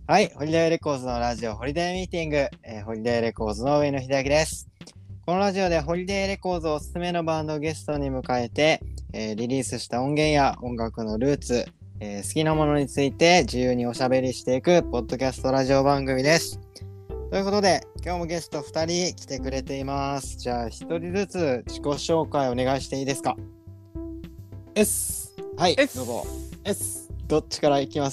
はい、ホリデーレコーズのラジオホリデーミーティング、ホリデーレコーズの上野秀明です。このラジオでホリデーレコーズおすすめのバンドをゲストに迎えて、リリースした音源や音楽のルーツ、好きなものについて自由におしゃべりしていくポッドキャストラジオ番組です。ということで今日もゲスト2人来てくれています。じゃあ1人ずつ自己紹介お願いしていいですか。 S はい、 S どうぞ。 S どっちからいきます？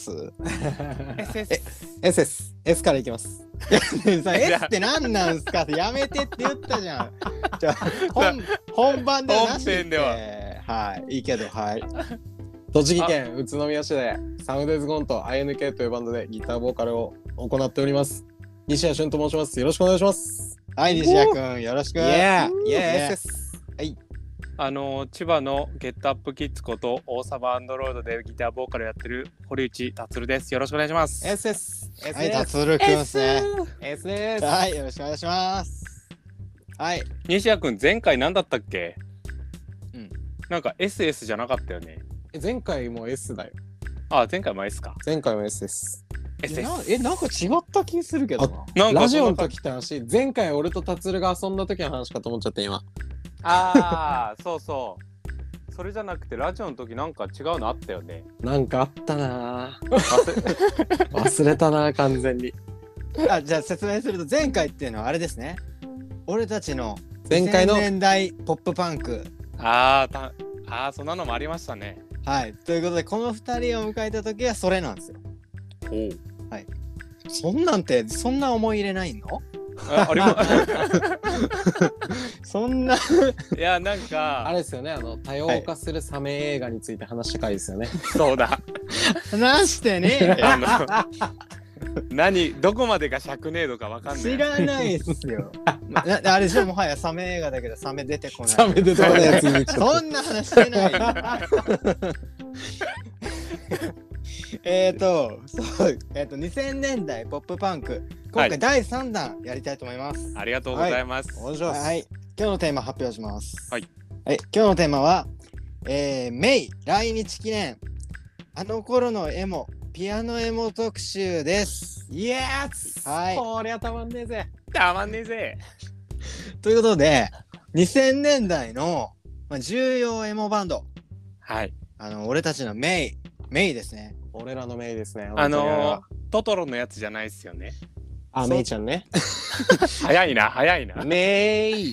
S からいきます。 さ S って何なんすかってやめてって言ったじゃん。じゃあ本番ではなしって本編でははいいいけど、はい。 栃木県宇都宮市でサムデズゴンと INK というバンドでギターボーカルを行っております西谷俊と申します。よろしくお願いします。 はい、西谷くんよろしく。 S はい。 千葉のゲットアップキッズこと王様アンドロイドでギターボーカルやってる堀内達です。よろしくお願いします。 はい、達郎くんですね。 S です。 はい、よろしくお願いします。はい。 西谷くん前回何だったっけ？なんか SS じゃなかったよね。 前回も S だよ。 あ、前回も S か。 前回も S です。 なんか違った気するけどな。 なんかラジオの時って話、前回俺と達郎が遊んだ時の話かと思っちゃって今。 ああ、そうそう。それじゃなくてラジオの時なんか違うのあったよね。 なんかあったな忘れたな完全に。 あ、じゃあ説明すると前回っていうのはあれですね。俺たちの前回の 2000年代ポップパンク。 そんなのもありましたね。 はい、ということでこの2人を迎えた時はそれなんですよ。 おう。 はい。そんなんてそんな思い入れないの？ ありまそんな。 いやなんかあれですよね、多様化するサメ映画について話した回ですよね。 そうだ。 話してねえよ。 どこまでが尺ネードかわかんない。 知らないっすよ。あれじゃもはやサメ映画だけどサメ出てこない。 サメ出てこないやつにそんな話してないよ。2000年代ポップパンク今回第3弾やりたいと思います。 ありがとうございます。 お願いします。 はい、今日のテーマ発表します。 はい、 はい、今日のテーマは、メイ来日記念あの頃のエモピアノエモ特集です。 イエス、 はい、 こりゃたまんねえぜ。 たまんねえぜ。 ということで2000年代の、重要エモバンド、 はい、 俺たちのメイですね。 俺らのメイですね。 トトロのやつじゃないっすよね。 あ、メイちゃんね。 早いな。 メイ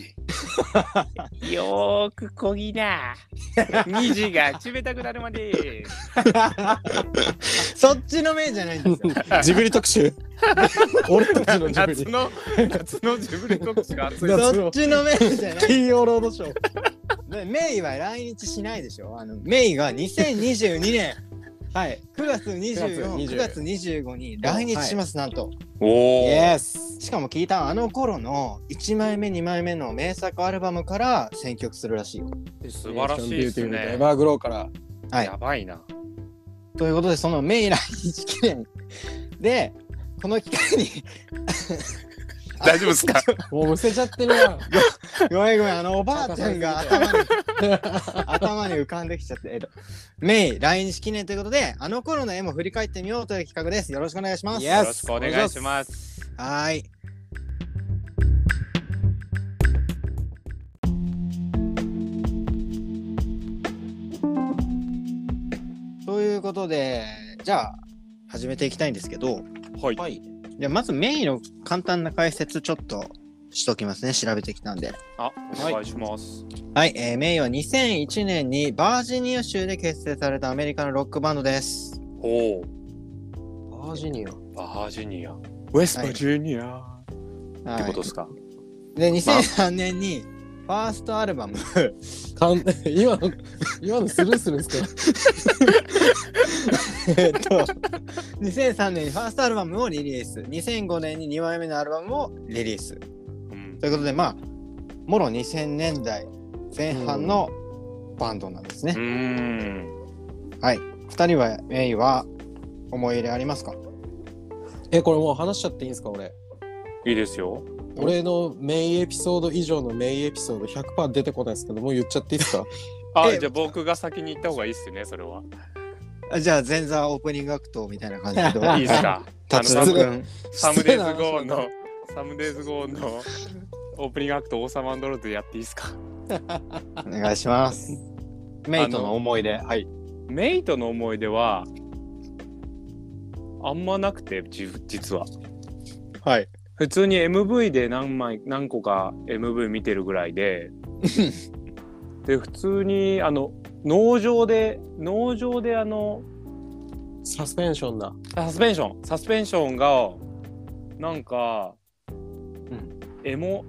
よーくこぎな。虹が冷たくなるまで。 そっちのメイじゃないんですよ。 ジブリ特集。俺たちのジブリ。 夏のジブリ特集が熱い。 そっちのメイじゃない。 金曜ロードショー。 でメイは来日しないでしょ。メイが2022年はい、9月24、9月25に来日します、なんと。 おー。イエス。しかも聞いたあの頃の1枚目2枚目の名作アルバムから選曲するらしいよ。 素晴らしいですね。 エバーグローから。 はい。 やばいな。 ということでそのメイ来日記念でこの機会に大丈夫ですか？ もうむせちゃってるやん。 ごめんおばあちゃんが頭に浮かんできちゃって、メイ来日記念ということであの頃の絵も振り返ってみようという企画です。よろしくお願いします。 よろしくお願いします。 はい。ということでじゃあ始めていきたいんですけど、 はい。 じゃあまずメイの簡単な解説ちょっとしときますね。調べてきたんで。 お願いします。 はい、メイは2001年にバージニア州で結成されたアメリカのロックバンドです。 おお。 バージニア。 ウェストバージニア、ってことですか？ で、2003年にファーストアルバム今のスルーするんですか ？2003年にファーストアルバムをリリース、2005年に2枚目のアルバムをリリース、ということでもろ2000年代前半のバンドなんですね。はい。2人はメイは思い入れありますか？ これもう話しちゃっていいんですか？俺いいですよ。 俺のメインエピソード以上のメインエピソード 100% 出てこないですけど、もう言っちゃっていいですか？ じゃあ僕が先に言った方がいいっすよね、それは。 じゃあ前座オープニングアクトみたいな感じでどういいですか達郎くん。 サムデイズゴーンのオープニングアクト王様アンドロイドでやっていいですか？ お願いします。メイトの思い出。はい。 メイトの思い出はあんまなくて、実ははい。 普通に MV で何個か MV 見てるぐらいでで普通に農場でサスペンションだ。 サスペンションがなんか、エモ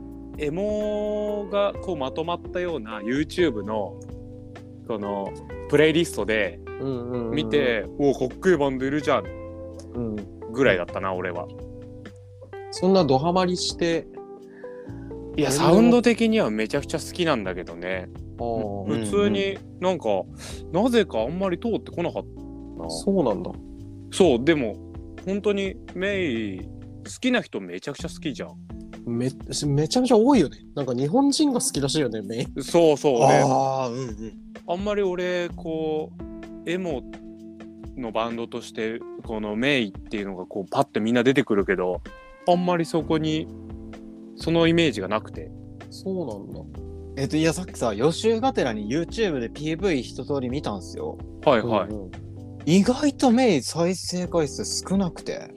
がこうまとまったような YouTube のこのプレイリストで見て、おおかっこいいバンドいるじゃんぐらいだったな、俺は。 そんなドハマりして。 いやサウンド的にはめちゃくちゃ好きなんだけどね。普通になんかなぜかあんまり通ってこなかったな。 そうなんだ。 そうでも本当にメイ好きな人めちゃくちゃ好きじゃん。 めちゃめちゃ多いよね。なんか日本人が好きらしいよね、メイ。 そうね。 あんまり俺こうエモのバンドとしてこのメイっていうのがこうパッてみんな出てくるけど、あんまりそこにそのイメージがなくて。 そうなんだ。 いやさっきさ予習がてらに YouTube で PV 一通り見たんすよ。 はいはい。 意外とメイ再生回数少なくて。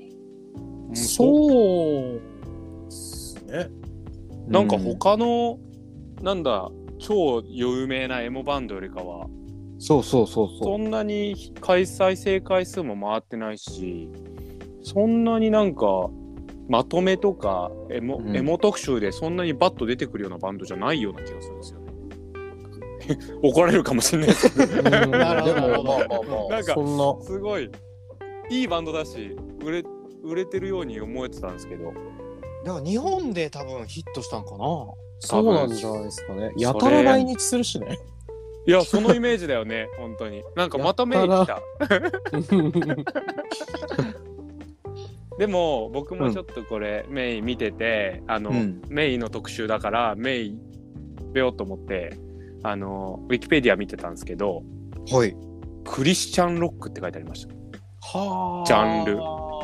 そうですね。 なんか他のなんだ超有名なエモバンドよりかはそんなに再生回数も回ってないし、そんなになんかまとめとかエモ特集でそんなにバッと出てくるようなバンドじゃないような気がするんですよね。怒られるかもしれないですけど。 でもまあなんかそんなすごいいいバンドだし売れてるように思えてたんですけど。 だから日本で多分ヒットしたんかな。 そうなんじゃないですかね。やたら来日するしね。 いやそのイメージだよね本当に。なんかまたメイ来た。でも僕もちょっとこれ、メイ見ててメイの特集だからメイべようと思ってウィキペディア見てたんですけど、 はい、 クリスチャンロックって書いてありました。 はあ。 ジャンル。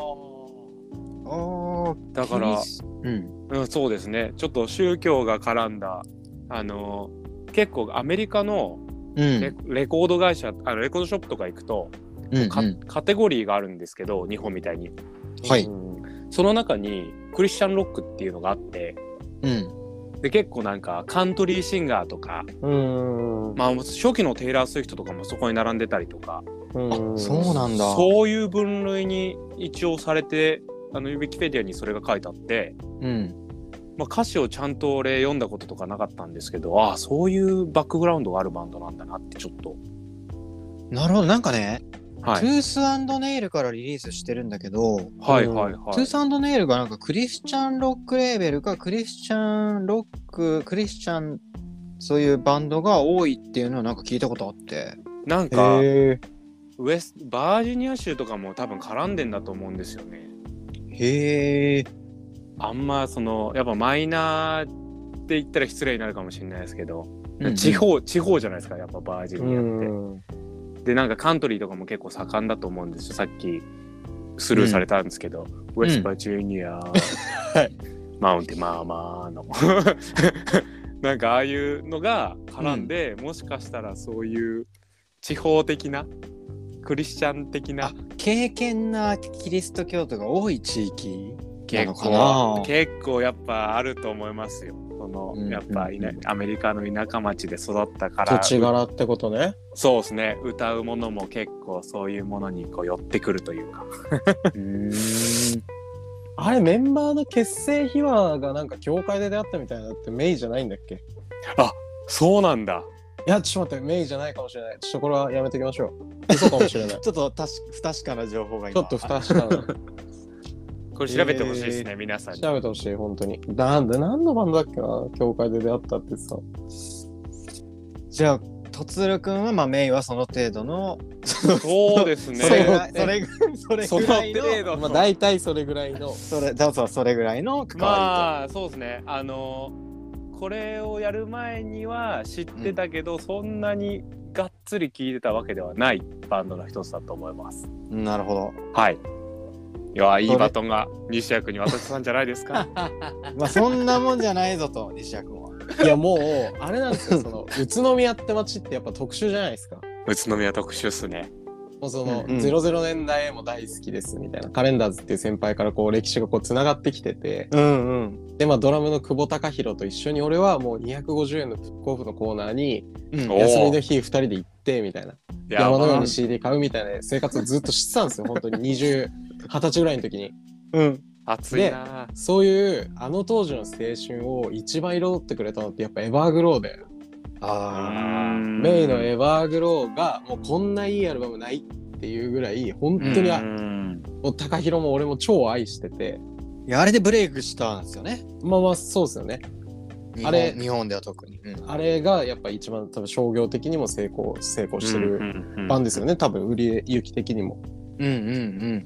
だから、そうですね。ちょっと宗教が絡んだ結構アメリカのレコード会社レコードショップとか行くと、カテゴリーがあるんですけど日本みたいに。 はい。 その中にクリスチャンロックっていうのがあって、で結構なんかカントリーシンガーとか、まあ初期のテイラー・スウィフトとかもそこに並んでたりとか、 そうなんだ。 そういう分類に一応されてウィキペディアにそれが書いてあって、まあ、歌詞をちゃんと俺読んだこととかなかったんですけど、そういうバックグラウンドがあるバンドなんだなってちょっと。 なるほど。なんかね、 はい、 トゥース&ネイルからリリースしてるんだけど、 トゥース&ネイルがなんかクリスチャンロックレーベルかクリスチャンそういうバンドが多いっていうのをなんか聞いたことあって、 なんかバージニア州とかも多分絡んでんだと思うんですよね。 へえ。 あんまやっぱマイナーって言ったら失礼になるかもしれないですけど、地方じゃないですかやっぱバージニアって。でなんかカントリーとかも結構盛んだと思うんですよ。さっきスルーされたんですけど、ウェストバージニア、マウンテンマーマーのなんかああいうのが絡んで、もしかしたらそういう地方的なクリスチャン的な敬虔なキリスト教徒が多い地域なのかな。 結構やっぱあると思いますよ。やっぱアメリカの田舎町で育ったから土地柄ってことね。 そうですね。歌うものも結構そういうものにこう寄ってくるというかあれメンバーの結成秘話がなんか教会で出会ったみたいなってメイじゃないんだっけ？ そうなんだ。 いやちょっと待って、メイじゃないかもしれない。これはやめておきましょう。嘘かもしれないちょっと不確かな情報が今ちょっと不確かなこれ調べてほしいですね、皆さんに。 調べてほしい、本当に。何のバンドだっけな、教会で出会ったってさ。 じゃあ、とつるくんは、まあ、メイはその程度の。 そうですね。 それぐらいの。 まあ、大体それぐらいの。 それぐらいの関わりと。 まあ、そうですね。これをやる前には知ってたけど、そんなにがっつり聴いてたわけではないバンドの一つだと思います。 なるほど。 はい。いや、いいバトンが西谷君に渡せたんじゃないですか。 まあそんなもんじゃないぞと、西谷君は。 いやもうあれなんですよ、その宇都宮って街ってやっぱ特殊じゃないですか。 宇都宮特殊っすね。 もうその、 うんうん 00年代も大好きですみたいな、カレンダーズっていう先輩からこう歴史がこうつながってきてて、 うんうん。 でまあドラムの久保孝弘と一緒に俺はもう250円のブックオフのコーナーにうんお休みの日2人で行ってみたいな、山のようまに CD 買うみたいな生活をずっとしてたんですよ本当に20歳ぐらいの時に。 うん。 あ熱いな。 そういうあの当時の青春を一番彩ってくれたのってやっぱエバーグローで、メイのエバーグローがもうこんないいアルバムないっていうぐらい本当にもう高弘も俺も超愛してて、 いや、あれでブレイクしたんですよね。 まあまあそうですよね。 あれ日本では特に。 あれがやっぱ一番多分商業的にも成功してる版ですよね、多分売り行き的にも。 うんうんうん。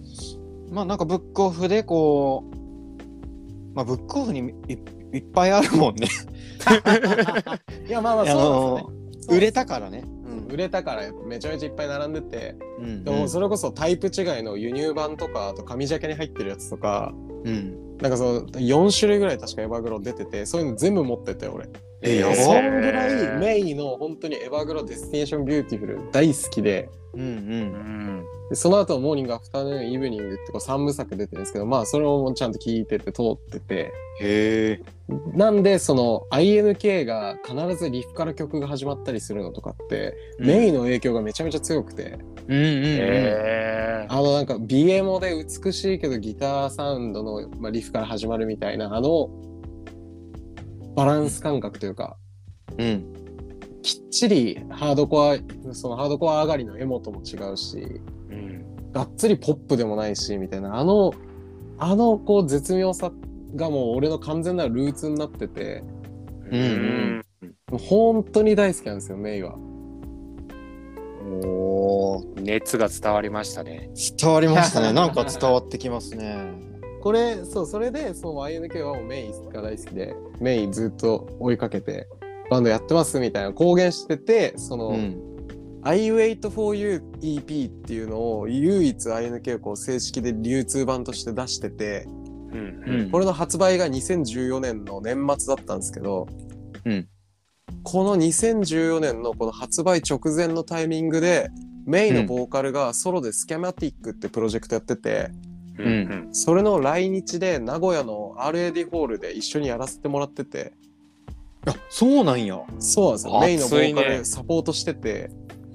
まあなんかブックオフでこう、まあブックオフにいっぱいあるもんね。 いやまあまあそうですね。 売れたからね。 売れたからめちゃめちゃいっぱい並んでて、でもうんそれこそタイプ違いの輸入版とか、あと紙ジャケに入ってるやつとか、 うん。 なんかその4種類ぐらい確かエバーグロー出てて、そういうの全部持ってて俺。 やばそんぐらいメイの本当にエバーグローデスティネーションビューティフル大好きで、 うんうんでその後モーニングアフタヌーンイブニングってこう3部作出てるんですけど、まあそれもちゃんと聞いてて通ってて、 へえ。 なんでその INK が必ずリフから曲が始まったりするのとかって、メイの影響がめちゃめちゃ強くて、なんかビエモで美しいけどギターサウンドの、まあ、リフから始まるみたいなバランス感覚というか、きっちりハードコア上がりのエモとも違うし、がっつりポップでもないしみたいな、こう絶妙さがもう俺の完全なルーツになってて、もう本当に大好きなんですよメイは。 おー、 熱が伝わりましたね。 伝わりましたね。なんか伝わってきますね。 これそれでその INK はもうメイが大好きで、メイずっと追いかけてバンドやってますみたいな公言してて、その、I Wait for You EP っていうのを唯一 INK をこう正式で流通版として出してて、これの発売が2014年の年末だったんですけど、この2014年のこの発売直前のタイミングでメイのボーカルがソロでスキャマティックってプロジェクトやってて、それの来日で名古屋の RAD ホールで一緒にやらせてもらってて、 あ、そうなんや。 そうなんですよ。メイのボーカルサポートしてて、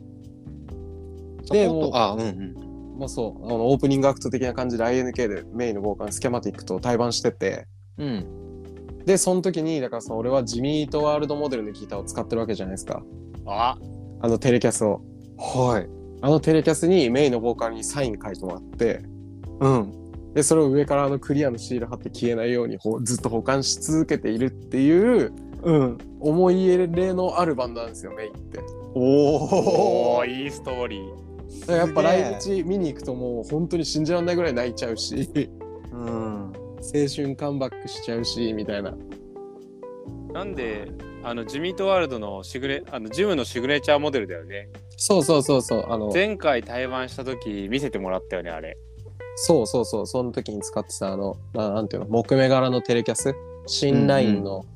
でもうまあそうオープニングアクト的な感じで INK でメイのボーカルスキャマティックと対バンしてて、でその時にだから俺はジミートワールドモデルのギターを使ってるわけじゃないですか。テレキャスを。テレキャスにメイのボーカルにサイン書いてもらって、でそれを上からクリアのシール貼って消えないようにずっと保管し続けているっていう、思い入れのあるバンドなんですよメイって。 おー、いいストーリー。 やっぱ来日見に行くともう本当に信じられないぐらい泣いちゃうし、青春カムバックしちゃうしみたいな。 なんでジミートワールドのジムのシグネチャーモデルだよね。 そう前回対バンした時見せてもらったよねあれ。 その時に使ってたなんていうの、木目柄のテレキャス、新ラインの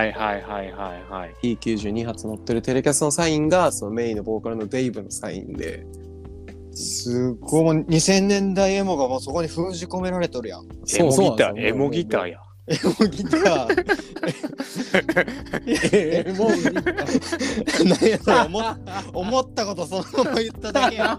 P92 発乗ってるテレキャスのサインがそのメインのボーカルのデイブのサインで、 すごい。2000年代エモがもうそこに封じ込められとるやん。 エモギターや。 エモギター。 エモギター。 何やそれ、思ったことそのまま言っただけやん。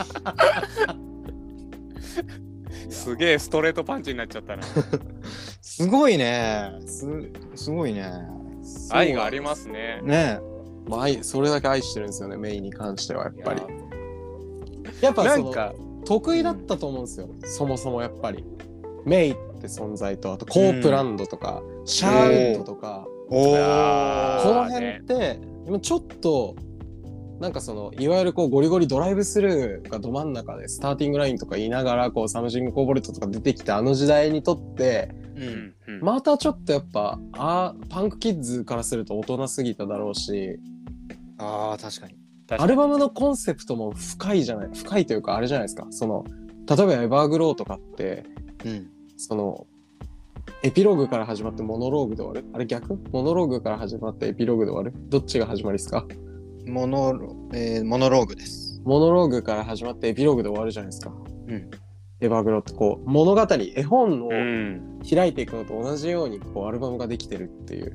すげえストレートパンチになっちゃったな。 すごいね。すごいね。 愛がありますね。 ねえ。それだけ愛してるんですよね、メイに関してはやっぱり。やっぱなんか得意だったと思うんですよ、そもそもやっぱり。メイって存在と、あとコープランドとか、シャーウッドとか、この辺って今ちょっとなんかいわゆるゴリゴリドライブスルーがど真ん中でスターティングラインとか言いながらサムシングコーボレットとか出てきた時代にとって、またちょっとやっぱパンクキッズからすると大人すぎただろうし、 確かに。 アルバムのコンセプトも深いというかあれじゃないですか。その例えばエバーグローとかって、そのエピローグから始まってモノローグで終わる。あれ逆？モノローグから始まってエピローグで終わる。どっちが始まりですか？ モノローグです。 モノローグから始まってエピローグで終わるじゃないですか。エバーグローってこう物語、絵本を開いていくのと同じようにこうアルバムができてるっていう。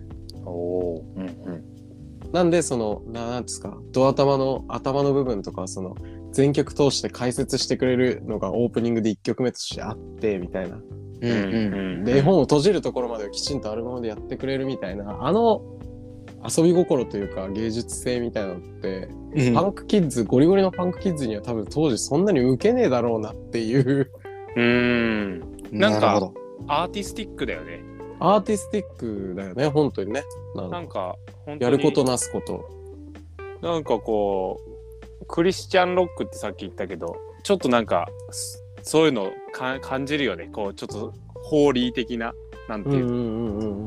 なんでそのなんですか、ドア頭の部分とかその全曲通して解説してくれるのがオープニングで1曲目としてあってみたいな。で絵本を閉じるところまでをきちんとアルバムでやってくれるみたいな、あの遊び心というか芸術性みたいなのって、パンクキッズ、ゴリゴリのパンクキッズには多分当時そんなに受けねえだろうなっていう。 なんかアーティスティックだよね。 アーティスティックだよね、本当にね。 なんか本当にやることなすこと。 なんかこうクリスチャンロックってさっき言ったけど、ちょっとなんかそういうの感じるよね。こうちょっとホーリー的な、なんていう。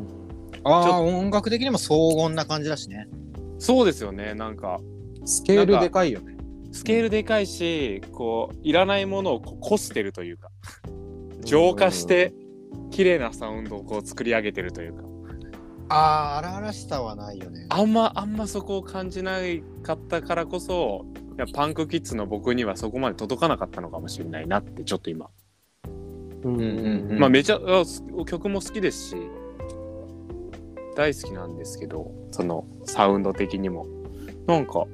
音楽的にも荘厳な感じだしね。 そうですよね。なんかスケールでかいよね。 スケールでかいし、こういらないものをこしてるというか、浄化して綺麗なサウンドをこう作り上げてるというか。 荒々しさはないよね。 あんまそこを感じなかったからこそ、パンクキッズの僕にはそこまで届かなかったのかもしれないなってちょっと今。まあめちゃ曲も好きですし大好きなんですけど、そのサウンド的にもなんか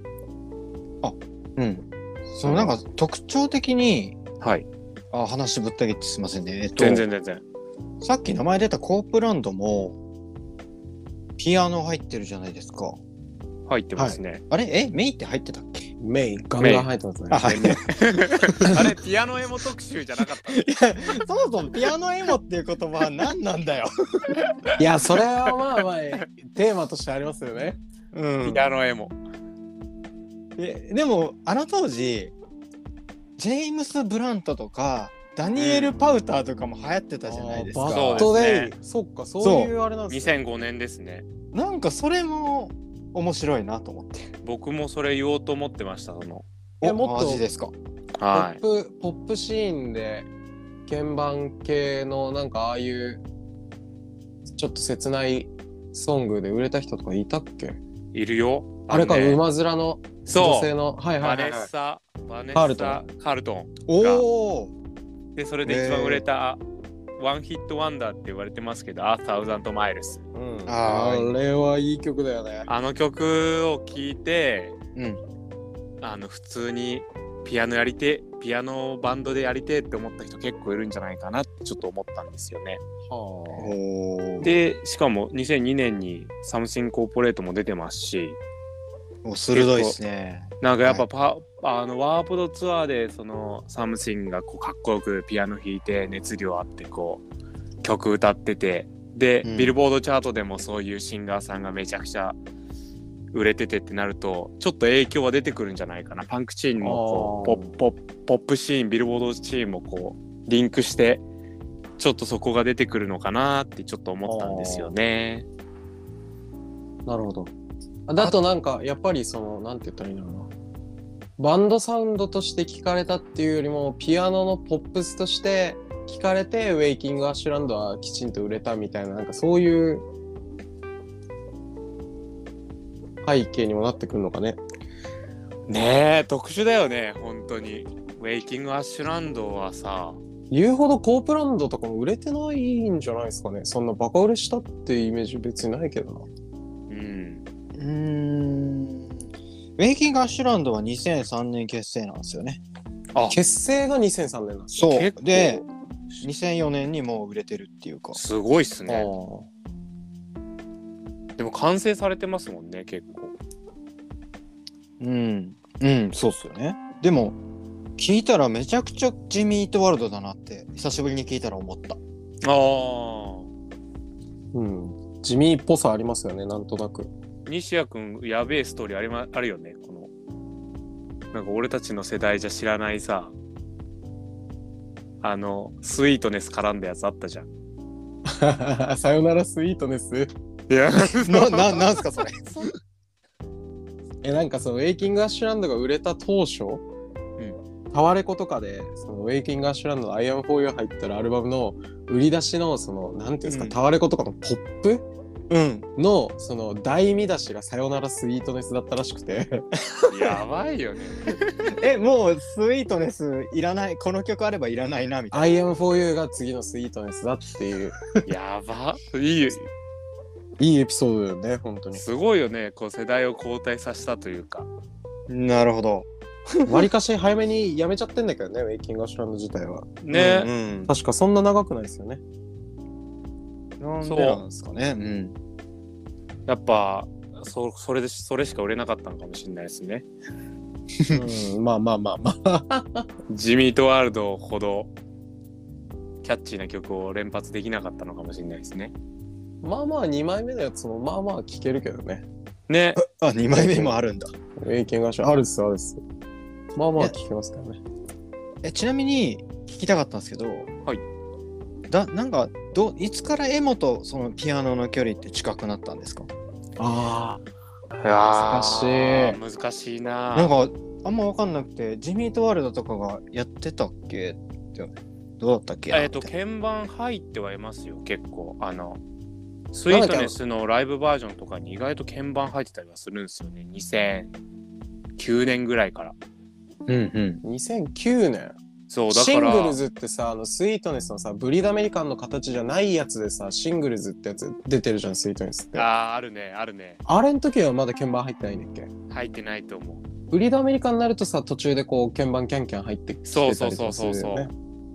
そのなんか特徴的に、話ぶった切ってすいませんね。 全然さっき名前出たコープランドもピアノ入ってるじゃないですか。 入ってますね。 あれメイって入ってたっけ？ メイガンガン入ってますね。 あれピアノエモ特集じゃなかった？ いや、そもそもピアノエモっていう言葉は何なんだよ。 いや、それはまあテーマとしてありますよね。 ピアノエモ。 でもあの当時ジェームス・ブラントとかダニエル・パウターとかも流行ってたじゃないですか。 バッドデイ。そっか、そういうあれなんですね。 2005年ですね。 なんかそれも面白いなと思って。 僕もそれ言おうと思ってました。もっとマジですか。 ポップシーンで鍵盤系のなんかああいうちょっと切ないソングで売れた人とかいたっけ？ いるよ。 あれか、馬面の女性の、 バネッサカールトン。でそれで一番売れたワンヒットワンダーって言われてますけど、A Thousand Miles。 あれはいい曲だよね。 あの曲を聴いて、普通にピアノバンドでやりてって思った人結構いるんじゃないかなってちょっと思ったんですよね。でしかも2002年にサムシンコーポレートも出てますし、 鋭いですね。 なんかやっぱ、ワープドツアーでそのサムシンがこうかっこよくピアノ弾いて熱量あってこう曲歌ってて、で、ビルボードチャートでもそういうシンガーさんがめちゃくちゃ売れててってなるとちょっと影響は出てくるんじゃないかな。パンクチーンもこうポップシーン、ビルボードチーンもこうリンクしてちょっとそこが出てくるのかなってちょっと思ったんですよね。 なるほど。だとなんかやっぱりそのなんて言ったらいいんだろうな、バンドサウンドとして聴かれたっていうよりもピアノのポップスとして聴かれてウェイキングアッシュランドはきちんと売れたみたいな、なんかそういう背景にもなってくるのかね。 ねえ、特殊だよね本当に。ウェイキングアッシュランドはさ、 言うほどコープランドとかも売れてないんじゃないですかね。そんなバカ売れしたってイメージ別にないけどな。 ウェイキングアッシュランドは2003年結成なんですよね。 結成が2003年なんですよ。そうで2004年にもう売れてるっていうか。 すごいっすね。でも完成されてますもんね結構。 そうっすよね。でも聞いたらめちゃくちゃジミー・イート・ワールドだなって久しぶりに聞いたら思った。 ジミーっぽさありますよね、なんとなく。 西谷くんやべえストーリーあるよね。このなんか俺たちの世代じゃ知らないさ、スイートネス絡んだやつあったじゃん。 さよならスイートネス。 いやなんすかそれ。 なんかそのウェイキングアッシュランドが売れた当初、タワレコとかでそのウェイキングアッシュランドの I am for you 入ってるアルバムの売り出しのそのなんていうんですか、タワレコとかのポップのその大見出しがさよならスイートネスだったらしくてやばいよねもうスイートネスいらない、この曲あればいらないなみたいな。 I am for you が次のスイートネスだっていうやばいいエピソードだよね本当に。 すごいよね、こう世代を交代させたというか。 なるほど。 わりかし早めにやめちゃってんだけどねウェイキングアッシュランド自体はね、 確かそんな長くないですよね。 なんでなんですかね。 やっぱそれしか売れなかったのかもしれないですねまあジミートワールドほどキャッチーな曲を連発できなかったのかもしれないですね。 まあ2枚目のやつもまあ聴けるけどね。 ね。 2枚目もあるんだ。 ウェイキングアッシュあるっす。まあ聴けますからね。 ちなみに聞きたかったんですけど、 はい。 なんかいつからエモとそのピアノの距離って近くなったんですか？ 難しいな。 なんかあんま分かんなくて、ジミートワールドとかがやってたっけってどうだったっけ？ 鍵盤入ってはいますよ結構。スイートネスのライブバージョンとかに意外と鍵盤入ってたりはするんですよね。2009年ぐらいから。 2009年。 そうだからシングルズってさ、スイートネスのさブリードアメリカンの形じゃないやつでさ、シングルズってやつ出てるじゃん、スイートネスって。 あるね。 あれの時はまだ鍵盤入ってないんだっけ？ 入ってないと思う。 ブリードアメリカンになるとさ、途中でこう鍵盤キャンキャン入ってきてたりとかするよね。 そう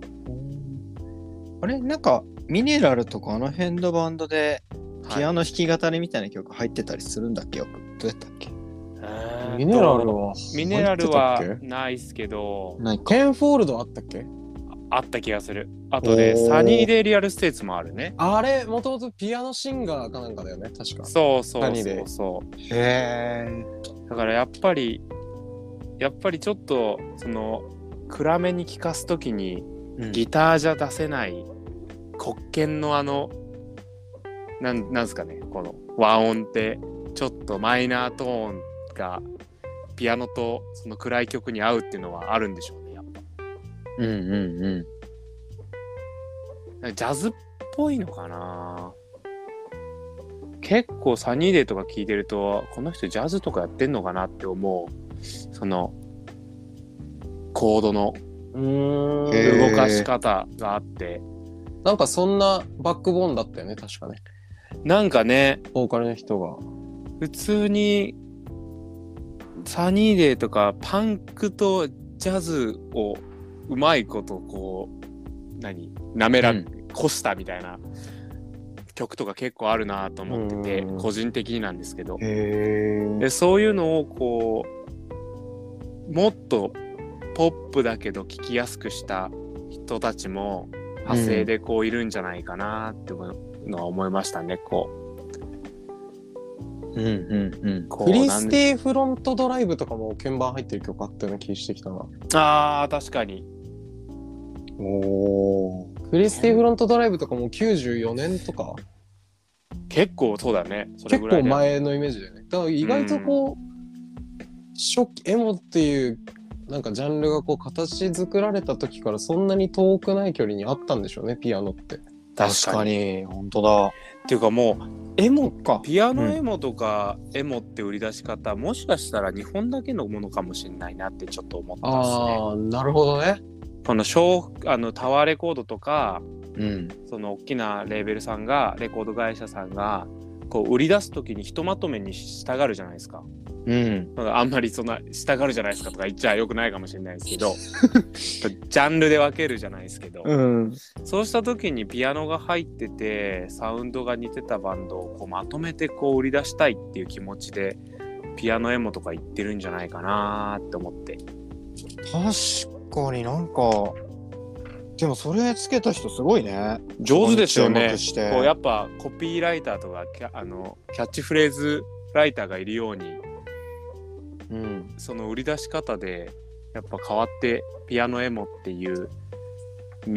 あれなんかミネラルとかあの辺のバンドでピアノ弾き語りみたいな曲入ってたりするんだっけ？よくどうやったっけ？ ミネラルはないっすけど、 テンフォールドあったっけ？ あった気がする。あとでサニーデイリアルステーツもあるね。 あれもともとピアノシンガーかなんかだよね確か。 そうへえ。 だからやっぱりちょっとその暗めに聴かすときに、ギターじゃ出せない黒鍵のなんすかね、この和音ってちょっとマイナートーンがピアノとその暗い曲に合うっていうのはあるんでしょうね、やっぱ。ジャズっぽいのかな。結構サニーデーとか聴いてると、この人ジャズとかやってんのかなって思う、そのコードの動かし方があって、 なんかそんなバックボーンだったよね確かね。 なんかね、 ボーカルの人が普通にサニーデーとかパンクとジャズをうまいことこう滑らこしたみたいな曲とか結構あるなと思ってて、個人的になんですけど、でそういうのをこうもっとポップだけど聴きやすくした人たちも派生でこういるんじゃないかなっていうのは思いましたね。こうクリスティフロントドライブとかも鍵盤入ってる曲あったような気してきたな。 確かに。 クリスティフロントドライブとかも94年とか結構そうだね。それ結ぐらい構前のイメージだよね。だから意外とこう、初期エモっていうなんかジャンルがこう形作られた時からそんなに遠くない距離にあったんでしょうね、ピアノって。 確かに本当だ。 っていうかもうエモか、ピアノエモとかエモって売り出し方、もしかしたら日本だけのものかもしれないなってちょっと思ったんですね。 なるほどね。 このタワーレコードとか、その大きなレーベルさんが、レコード会社さんがこう売り出す時にひとまとめに従うじゃないですか。あんまりそんな従うじゃないですかとか言っちゃよくないかもしれないですけどジャンルで分けるじゃないですけど、そうした時にピアノが入っててサウンドが似てたバンドをこうまとめてこう売り出したいっていう気持ちでピアノエモとか言ってるんじゃないかなって思って。 確かになんかでもそれつけた人すごいね。 上手ですよね。 こうやっぱコピーライターとかキャッチフレーズライターがいるように、その売り出し方でやっぱ変わってピアノエモっていうジ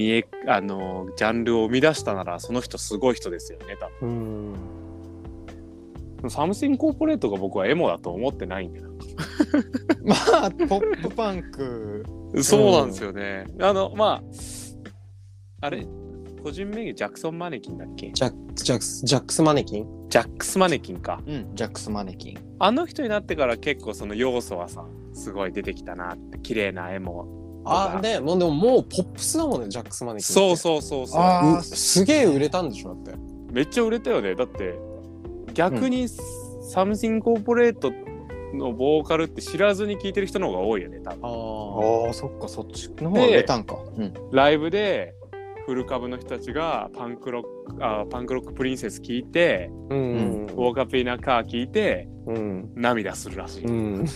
ャンルを生み出したならその人すごい人ですよね多分。 サムシンコーポレートが僕はエモだと思ってないんだよ。 まあポップパンク。 そうなんですよね。まああれ個人名義ジャクソンマネキンだっけ？ ジャックスマネキン？ ジャックスマネキンか。 ジャックスマネキン。 あの人になってから結構その要素はさすごい出てきたなって。綺麗なエモ。 でももうポップスだもんね、ジャックスマネキンって。 そうすげえ売れたんでしょだって。 めっちゃ売れたよね。だって逆にサムシンコーポレートのボーカルって知らずに聴いてる人の方が多いよね多分。 ああそっか、そっちの方が売れたんか。 ライブでフル株の人たちがパンクロックプリンセス聴いて、ウォーカーピーナーカー聴いて、涙するらしい。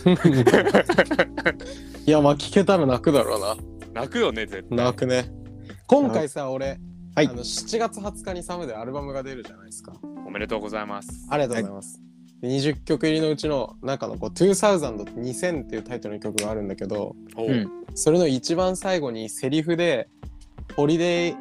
いやまあ聴けたら泣くだろうな。 泣くよね絶対。 泣くね。今回さ俺、7月20日にサムでアルバムが出るじゃないですか。 おめでとうございます。 ありがとうございます。20曲入りのうちの中の2000って2000っていうタイトルの曲があるんだけど、それの一番最後にセリフでホリデ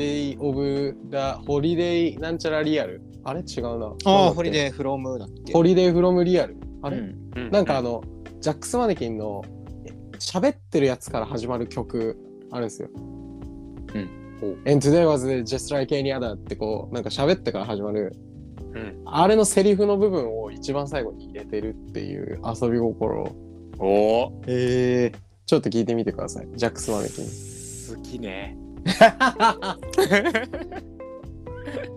イなんちゃらリアル、あれ違うな。 ホリデイフロムだっけ？ ホリデイフロムリアル、あれ、なんかジャックスマネキンの喋ってるやつから始まる曲あるんですよ。And today was just like any other ってこうなんか喋ってから始まる、あれのセリフの部分を一番最後に入れてるっていう遊び心を。ちょっと聞いてみてください。ジャックスマネキン好きね。